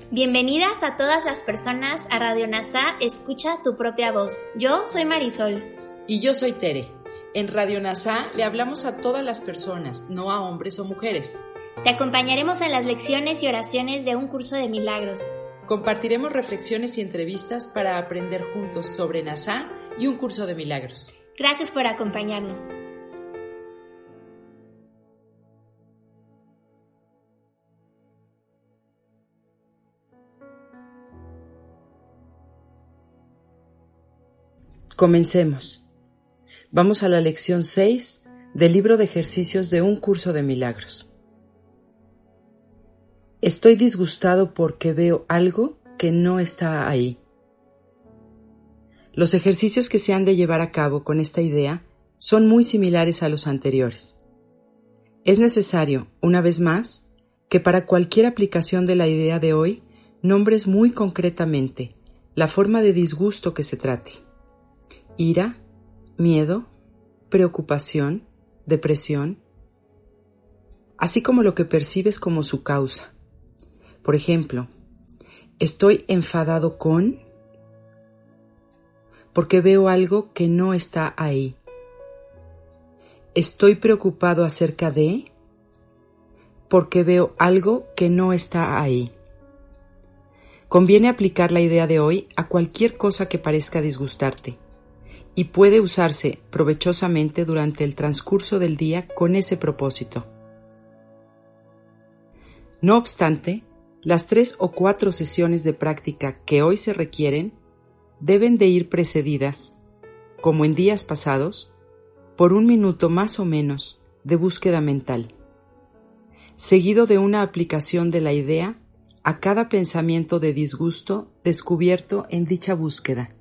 Bienvenidas a todas las personas a Radio NASA Escucha tu propia voz. Yo soy Marisol. Y yo soy Tere. En Radio NASA le hablamos a todas las personas, no a hombres o mujeres. Te acompañaremos en las lecciones y oraciones de un curso de milagros. Compartiremos reflexiones y entrevistas para aprender juntos sobre NASA y un curso de milagros. Gracias por acompañarnos. Comencemos. Vamos a la lección 6 del libro de ejercicios de un curso de milagros. Estoy disgustado porque veo algo que no está ahí. Los ejercicios que se han de llevar a cabo con esta idea son muy similares a los anteriores. Es necesario, una vez más, que para cualquier aplicación de la idea de hoy nombres muy concretamente la forma de disgusto que se trate. Ira, miedo, preocupación, depresión, así como lo que percibes como su causa. Por ejemplo, estoy enfadado porque veo algo que no está ahí. Estoy preocupado acerca porque veo algo que no está ahí. Conviene aplicar la idea de hoy a cualquier cosa que parezca disgustarte y puede usarse provechosamente durante el transcurso del día con ese propósito. No obstante, las 3 o 4 sesiones de práctica que hoy se requieren deben de ir precedidas, como en días pasados, por 1 minuto más o menos de búsqueda mental, seguido de una aplicación de la idea a cada pensamiento de disgusto descubierto en dicha búsqueda.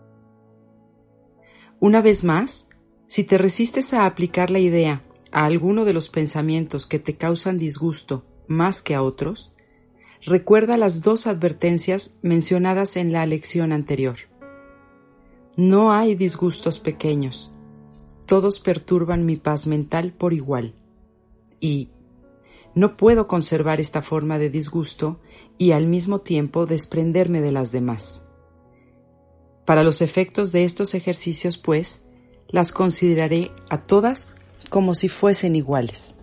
Una vez más, si te resistes a aplicar la idea a alguno de los pensamientos que te causan disgusto más que a otros, recuerda las 2 advertencias mencionadas en la lección anterior. No hay disgustos pequeños. Todos perturban mi paz mental por igual. Y no puedo conservar esta forma de disgusto y al mismo tiempo desprenderme de las demás. Para los efectos de estos ejercicios, pues, las consideraré a todas como si fuesen iguales.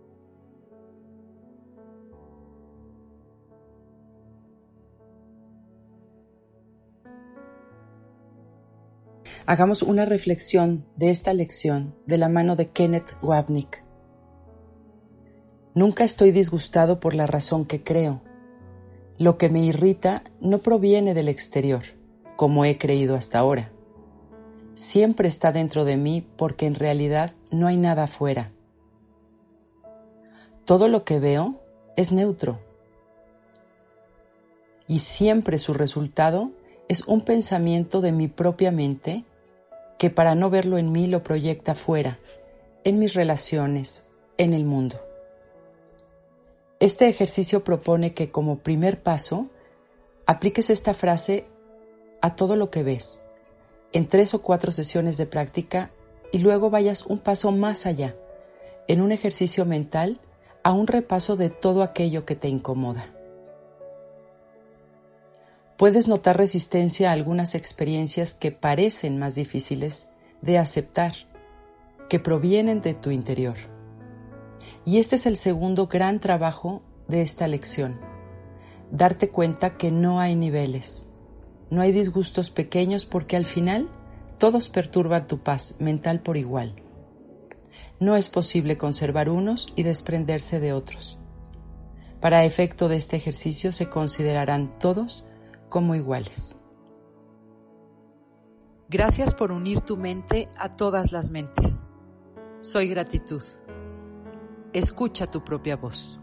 Hagamos una reflexión de esta lección de la mano de Kenneth Wapnick. Nunca estoy disgustado por la razón que creo. Lo que me irrita no proviene del exterior, como he creído hasta ahora. Siempre está dentro de mí porque en realidad no hay nada afuera. Todo lo que veo es neutro. Y siempre su resultado es un pensamiento de mi propia mente que para no verlo en mí lo proyecta fuera, en mis relaciones, en el mundo. Este ejercicio propone que como primer paso apliques esta frase a todo lo que ves, en 3 o 4 sesiones de práctica y luego vayas un paso más allá, en un ejercicio mental, a un repaso de todo aquello que te incomoda. Puedes notar resistencia a algunas experiencias que parecen más difíciles de aceptar, que provienen de tu interior. Y este es el segundo gran trabajo de esta lección, darte cuenta que no hay niveles. No hay disgustos pequeños porque al final todos perturban tu paz mental por igual. No es posible conservar unos y desprenderse de otros. Para efecto de este ejercicio se considerarán todos como iguales. Gracias por unir tu mente a todas las mentes. Soy gratitud. Escucha tu propia voz.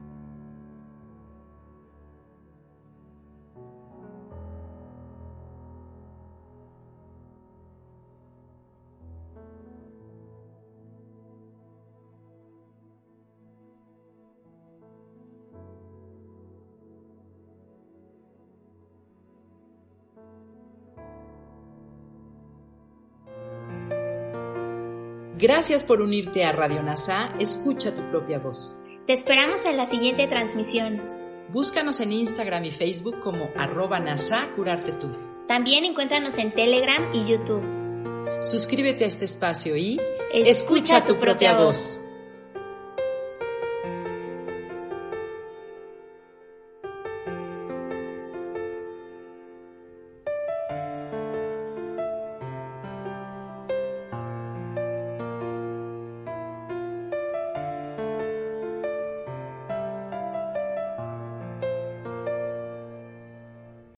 Gracias por unirte a Radio NASA Escucha tu propia voz. Te esperamos en la siguiente transmisión. Búscanos en Instagram y Facebook como @nasacurartetú. También encuéntranos en Telegram y YouTube. Suscríbete a este espacio y escucha tu propia voz.